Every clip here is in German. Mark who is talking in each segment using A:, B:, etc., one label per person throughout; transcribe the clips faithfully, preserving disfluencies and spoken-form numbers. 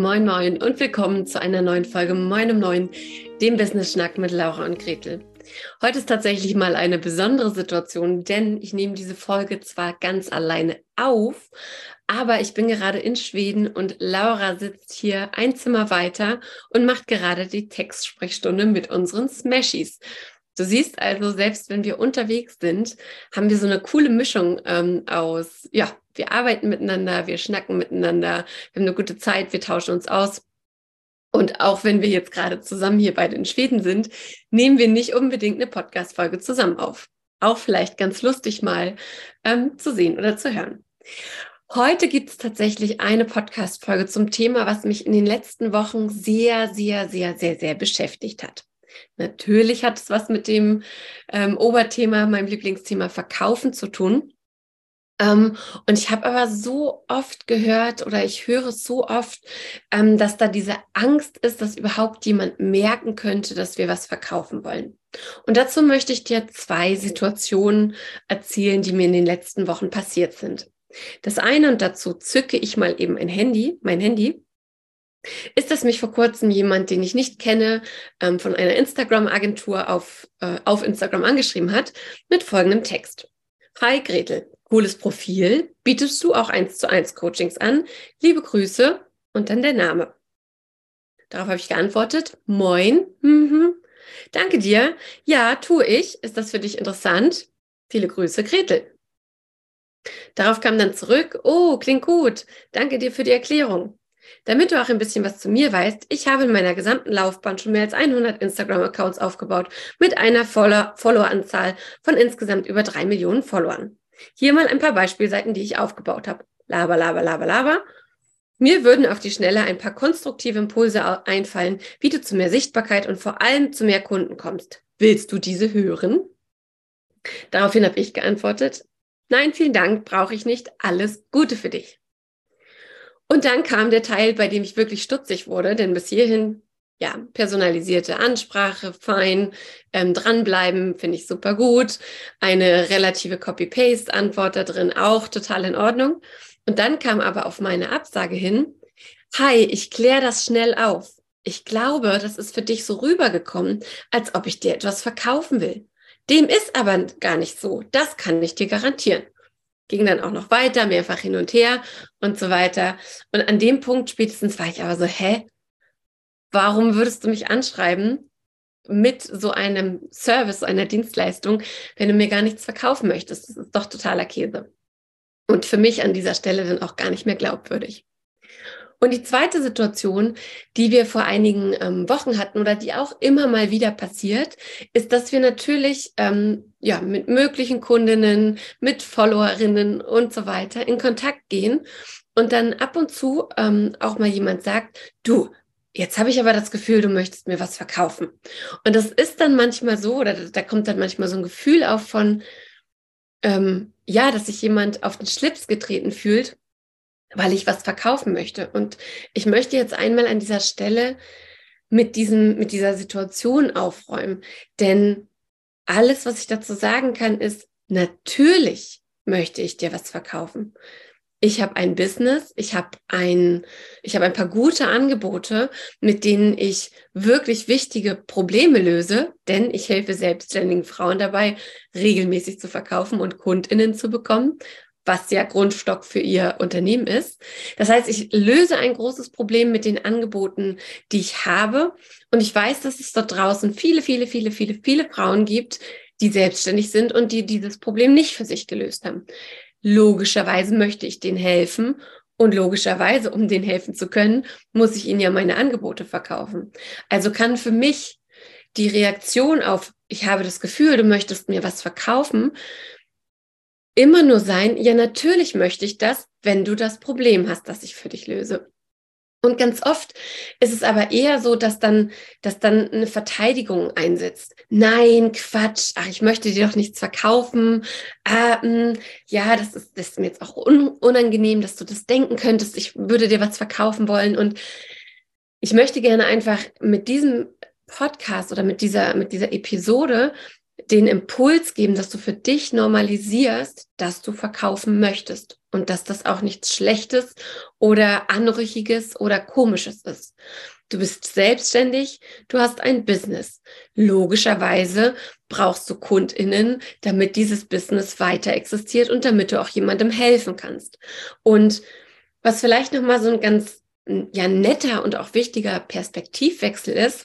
A: Moin Moin und willkommen zu einer neuen Folge Moin um Neun, dem Business Schnack mit Laura und Gretel. Heute ist tatsächlich mal eine besondere Situation, denn ich nehme diese Folge zwar ganz alleine auf, aber ich bin gerade in Schweden und Laura sitzt hier ein Zimmer weiter und macht gerade die Textsprechstunde mit unseren Smashies. Du siehst also, selbst wenn wir unterwegs sind, haben wir so eine coole Mischung ähm, aus, ja, wir arbeiten miteinander, wir schnacken miteinander, wir haben eine gute Zeit, wir tauschen uns aus. Und auch wenn wir jetzt gerade zusammen hier beide in Schweden sind, nehmen wir nicht unbedingt eine Podcast-Folge zusammen auf. Auch vielleicht ganz lustig mal ähm, zu sehen oder zu hören. Heute gibt es tatsächlich eine Podcast-Folge zum Thema, was mich in den letzten Wochen sehr, sehr, sehr, sehr, sehr beschäftigt hat. Natürlich hat es was mit dem ähm, Oberthema, meinem Lieblingsthema Verkaufen zu tun. Ähm, und ich habe aber so oft gehört oder ich höre es so oft, ähm, dass da diese Angst ist, dass überhaupt jemand merken könnte, dass wir was verkaufen wollen. Und dazu möchte ich dir zwei Situationen erzählen, die mir in den letzten Wochen passiert sind. Das eine, und dazu zücke ich mal eben ein Handy, mein Handy, ist, dass mich vor kurzem jemand, den ich nicht kenne, ähm, von einer Instagram-Agentur auf, äh, auf Instagram angeschrieben hat, mit folgendem Text. Hi Gretel, cooles Profil, bietest du auch eins zu eins Coachings an? Liebe Grüße und dann der Name. Darauf habe ich geantwortet, moin, mhm. Danke dir, ja, tue ich, ist das für dich interessant? Viele Grüße, Gretel. Darauf kam dann zurück, oh, klingt gut, danke dir für die Erklärung. Damit du auch ein bisschen was zu mir weißt, ich habe in meiner gesamten Laufbahn schon mehr als hundert Instagram-Accounts aufgebaut mit einer Follower-Anzahl von insgesamt über drei Millionen Followern. Hier mal ein paar Beispielseiten, die ich aufgebaut habe. Laber, laber, laber, laber. Mir würden auf die Schnelle ein paar konstruktive Impulse einfallen, wie du zu mehr Sichtbarkeit und vor allem zu mehr Kunden kommst. Willst du diese hören? Daraufhin habe ich geantwortet, nein, vielen Dank, brauche ich nicht. Alles Gute für dich. Und dann kam der Teil, bei dem ich wirklich stutzig wurde, denn bis hierhin, ja, personalisierte Ansprache, fein, ähm, dranbleiben, finde ich super gut. Eine relative Copy-Paste-Antwort da drin, auch total in Ordnung. Und dann kam aber auf meine Absage hin, hi, ich kläre das schnell auf. Ich glaube, das ist für dich so rübergekommen, als ob ich dir etwas verkaufen will. Dem ist aber gar nicht so, das kann ich dir garantieren. Ging dann auch noch weiter, mehrfach hin und her und so weiter. Und an dem Punkt spätestens war ich aber so, hä, warum würdest du mich anschreiben mit so einem Service, so einer Dienstleistung, wenn du mir gar nichts verkaufen möchtest? Das ist doch totaler Käse. Und für mich an dieser Stelle dann auch gar nicht mehr glaubwürdig. Und die zweite Situation, die wir vor einigen ähm, Wochen hatten oder die auch immer mal wieder passiert, ist, dass wir natürlich ähm, ja mit möglichen Kundinnen, mit Followerinnen und so weiter in Kontakt gehen und dann ab und zu ähm, auch mal jemand sagt, du, jetzt habe ich aber das Gefühl, du möchtest mir was verkaufen. Und das ist dann manchmal so, oder da kommt dann manchmal so ein Gefühl auf von, ähm, ja, dass sich jemand auf den Schlips getreten fühlt, weil ich was verkaufen möchte. Und ich möchte jetzt einmal an dieser Stelle mit diesem, mit dieser Situation aufräumen. Denn alles, was ich dazu sagen kann, ist, natürlich möchte ich dir was verkaufen. Ich habe ein Business, ich habe ein, ich habe ein paar gute Angebote, mit denen ich wirklich wichtige Probleme löse, denn ich helfe selbstständigen Frauen dabei, regelmäßig zu verkaufen und KundInnen zu bekommen, was ja Grundstock für ihr Unternehmen ist. Das heißt, ich löse ein großes Problem mit den Angeboten, die ich habe. Und ich weiß, dass es dort draußen viele, viele, viele, viele, viele Frauen gibt, die selbstständig sind und die dieses Problem nicht für sich gelöst haben. Logischerweise möchte ich denen helfen. Und logischerweise, um denen helfen zu können, muss ich ihnen ja meine Angebote verkaufen. Also kann für mich die Reaktion auf, ich habe das Gefühl, du möchtest mir was verkaufen, immer nur sein, ja, natürlich möchte ich das, wenn du das Problem hast, das ich für dich löse. Und ganz oft ist es aber eher so, dass dann, dass dann eine Verteidigung einsetzt. Nein, Quatsch, ach, ich möchte dir doch nichts verkaufen. Ah, mh, ja, das ist, das ist mir jetzt auch un- unangenehm, dass du das denken könntest. Ich würde dir was verkaufen wollen. Und ich möchte gerne einfach mit diesem Podcast oder mit dieser, mit dieser Episode den Impuls geben, dass du für dich normalisierst, dass du verkaufen möchtest. und dass das auch nichts Schlechtes oder Anrüchiges oder Komisches ist. Du bist selbstständig, du hast ein Business. Logischerweise brauchst du KundInnen, damit dieses Business weiter existiert und damit du auch jemandem helfen kannst. Und was vielleicht nochmal so ein ganz ja, netter und auch wichtiger Perspektivwechsel ist,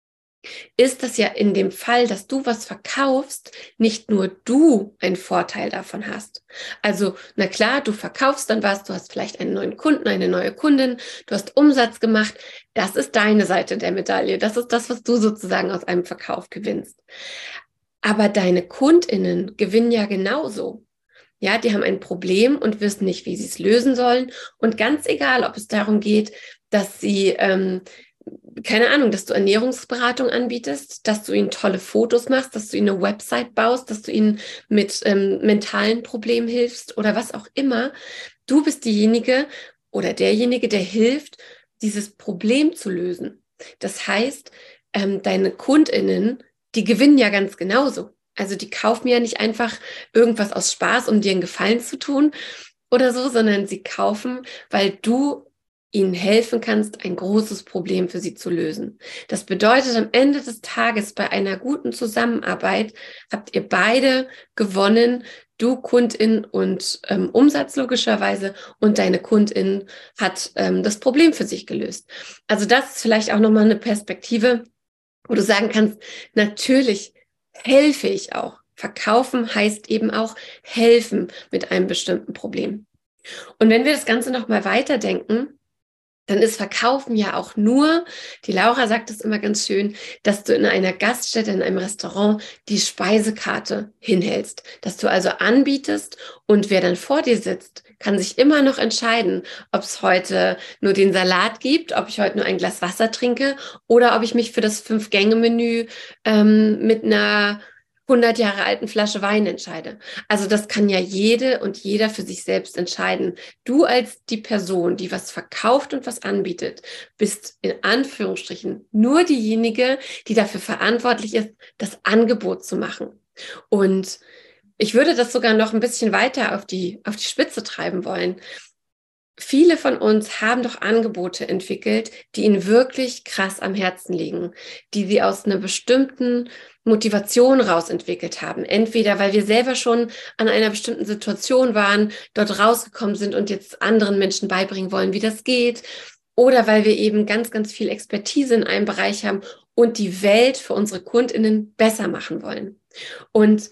A: ist das ja in dem Fall, dass du was verkaufst, nicht nur du einen Vorteil davon hast. Also, na klar, du verkaufst dann was, du hast vielleicht einen neuen Kunden, eine neue Kundin, du hast Umsatz gemacht. Das ist deine Seite der Medaille. Das ist das, was du sozusagen aus einem Verkauf gewinnst. Aber deine KundInnen gewinnen ja genauso. Ja, die haben ein Problem und wissen nicht, wie sie es lösen sollen. Und ganz egal, ob es darum geht, dass sie ähm, keine Ahnung, dass du Ernährungsberatung anbietest, dass du ihnen tolle Fotos machst, dass du ihnen eine Website baust, dass du ihnen mit ähm, mentalen Problemen hilfst oder was auch immer. Du bist diejenige oder derjenige, der hilft, dieses Problem zu lösen. Das heißt, ähm, deine KundInnen, die gewinnen ja ganz genauso. Also die kaufen ja nicht einfach irgendwas aus Spaß, um dir einen Gefallen zu tun oder so, sondern sie kaufen, weil du ihnen helfen kannst, ein großes Problem für sie zu lösen. Das bedeutet, am Ende des Tages bei einer guten Zusammenarbeit habt ihr beide gewonnen, du Kundin und ähm, Umsatz logischerweise und deine Kundin hat ähm, das Problem für sich gelöst. Also das ist vielleicht auch nochmal eine Perspektive, wo du sagen kannst, natürlich helfe ich auch. Verkaufen heißt eben auch helfen mit einem bestimmten Problem. Und wenn wir das Ganze nochmal weiterdenken, dann ist Verkaufen ja auch nur, die Laura sagt es immer ganz schön, dass du in einer Gaststätte, in einem Restaurant die Speisekarte hinhältst. Dass du also anbietest und wer dann vor dir sitzt, kann sich immer noch entscheiden, ob es heute nur den Salat gibt, ob ich heute nur ein Glas Wasser trinke oder ob ich mich für das Fünf-Gänge-Menü ähm, mit einer hundert Jahre alten Flasche Wein entscheide. Also das kann ja jede und jeder für sich selbst entscheiden. Du als die Person, die was verkauft und was anbietet, bist in Anführungsstrichen nur diejenige, die dafür verantwortlich ist, das Angebot zu machen. Und ich würde das sogar noch ein bisschen weiter auf die, auf die Spitze treiben wollen. Viele von uns haben doch Angebote entwickelt, die ihnen wirklich krass am Herzen liegen, die sie aus einer bestimmten Motivation raus entwickelt haben. Entweder, weil wir selber schon an einer bestimmten Situation waren, dort rausgekommen sind und jetzt anderen Menschen beibringen wollen, wie das geht. Oder weil wir eben ganz, ganz viel Expertise in einem Bereich haben und die Welt für unsere KundInnen besser machen wollen. Und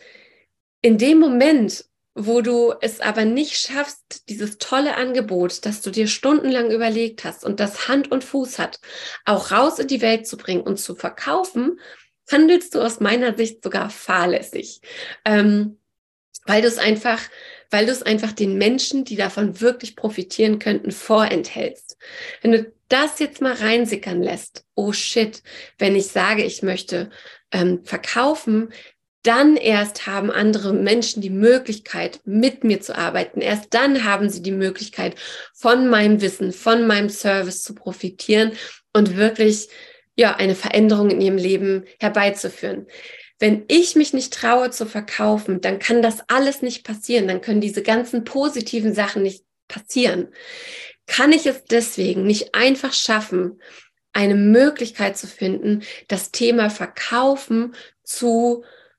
A: in dem Moment, wo du es aber nicht schaffst, dieses tolle Angebot, das du dir stundenlang überlegt hast und das Hand und Fuß hat, auch raus in die Welt zu bringen und zu verkaufen, handelst du aus meiner Sicht sogar fahrlässig, ähm, weil du es einfach, weil du es einfach den Menschen, die davon wirklich profitieren könnten, vorenthältst. Wenn du das jetzt mal reinsickern lässt, oh shit, wenn ich sage, ich möchte ähm, verkaufen, dann erst haben andere Menschen die Möglichkeit, mit mir zu arbeiten. Erst dann haben sie die Möglichkeit, von meinem Wissen, von meinem Service zu profitieren und wirklich ja, eine Veränderung in ihrem Leben herbeizuführen. Wenn ich mich nicht traue zu verkaufen, dann kann das alles nicht passieren. Dann können diese ganzen positiven Sachen nicht passieren. Kann ich es deswegen nicht einfach schaffen, eine Möglichkeit zu finden, das Thema Verkaufen zu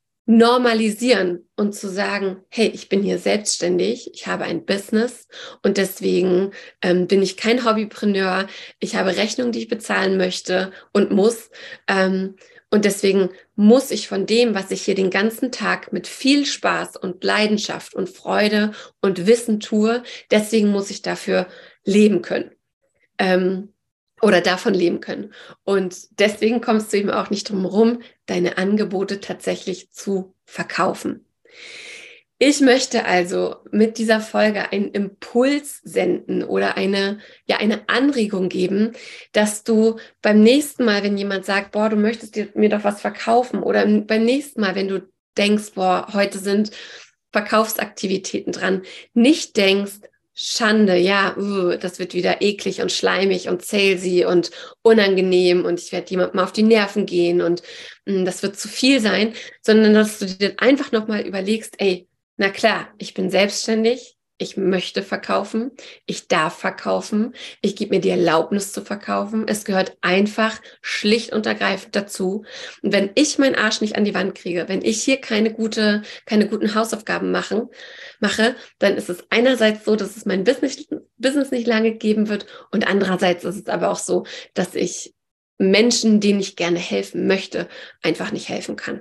A: normalisieren und zu sagen, hey, ich bin hier selbstständig, ich habe ein Business und deswegen ähm, bin ich kein Hobbypreneur, ich habe Rechnungen, die ich bezahlen möchte und muss ähm, und deswegen muss ich von dem, was ich hier den ganzen Tag mit viel Spaß und Leidenschaft und Freude und Wissen tue, deswegen muss ich dafür leben können. Ähm, oder davon leben können. Und deswegen kommst du eben auch nicht drum herum, deine Angebote tatsächlich zu verkaufen. Ich möchte also mit dieser Folge einen Impuls senden oder eine, ja, eine Anregung geben, dass du beim nächsten Mal, wenn jemand sagt, boah, du möchtest dir, mir doch was verkaufen oder beim nächsten Mal, wenn du denkst, boah, heute sind Verkaufsaktivitäten dran, nicht denkst, Schande, ja, uh, das wird wieder eklig und schleimig und salesy und unangenehm und ich werde jemandem auf die Nerven gehen und mh, das wird zu viel sein, sondern dass du dir einfach nochmal überlegst, ey, na klar, ich bin selbstständig, Ich möchte verkaufen, ich darf verkaufen, ich gebe mir die Erlaubnis zu verkaufen. Es gehört einfach schlicht und ergreifend dazu. Und wenn ich meinen Arsch nicht an die Wand kriege, wenn ich hier keine gute, keine guten Hausaufgaben machen, mache, dann ist es einerseits so, dass es mein Business, Business nicht lange geben wird und andererseits ist es aber auch so, dass ich Menschen, denen ich gerne helfen möchte, einfach nicht helfen kann.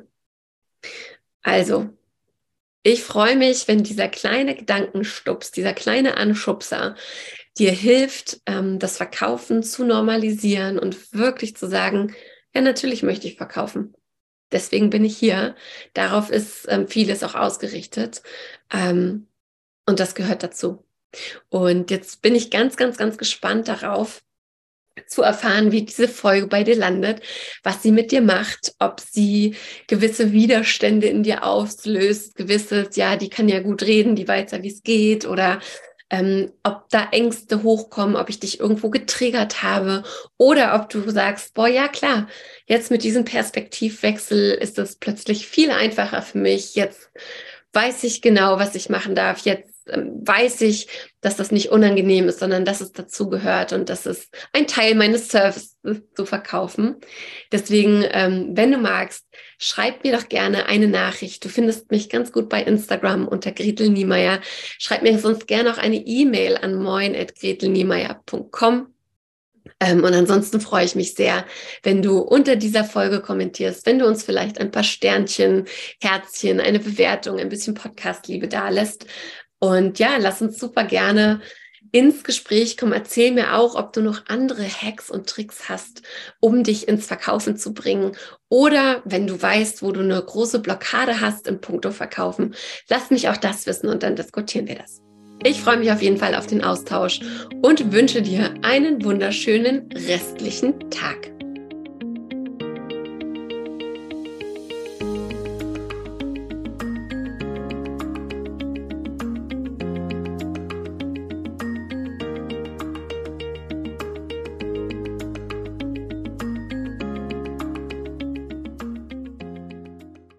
A: Also, ich freue mich, wenn dieser kleine Gedankenstups, dieser kleine Anschubser dir hilft, ähm, das Verkaufen zu normalisieren und wirklich zu sagen, ja, natürlich möchte ich verkaufen. Deswegen bin ich hier. Darauf ist ähm, vieles auch ausgerichtet. Ähm, und das gehört dazu. Und jetzt bin ich ganz, ganz, ganz gespannt darauf, zu erfahren, wie diese Folge bei dir landet, was sie mit dir macht, ob sie gewisse Widerstände in dir auslöst, gewisses, ja, die kann ja gut reden, die weiß ja, wie es geht, oder ähm, ob da Ängste hochkommen, ob ich dich irgendwo getriggert habe oder ob du sagst, boah, ja klar, jetzt mit diesem Perspektivwechsel ist es plötzlich viel einfacher für mich, jetzt weiß ich genau, was ich machen darf, jetzt weiß ich, dass das nicht unangenehm ist, sondern dass es dazu gehört und dass es ein Teil meines Services ist, zu verkaufen. Deswegen, ähm, wenn du magst, schreib mir doch gerne eine Nachricht. Du findest mich ganz gut bei Instagram unter Gretel Niemeyer. Schreib mir sonst gerne auch eine E-Mail an moin at gretelniemeyer punkt com. Ähm, und ansonsten freue ich mich sehr, wenn du unter dieser Folge kommentierst, wenn du uns vielleicht ein paar Sternchen, Herzchen, eine Bewertung, ein bisschen Podcast-Liebe dalässt. Und ja, lass uns super gerne ins Gespräch kommen. Erzähl mir auch, ob du noch andere Hacks und Tricks hast, um dich ins Verkaufen zu bringen. Oder wenn du weißt, wo du eine große Blockade hast im Punkto Verkaufen, lass mich auch das wissen und dann diskutieren wir das. Ich freue mich auf jeden Fall auf den Austausch und wünsche dir einen wunderschönen restlichen Tag.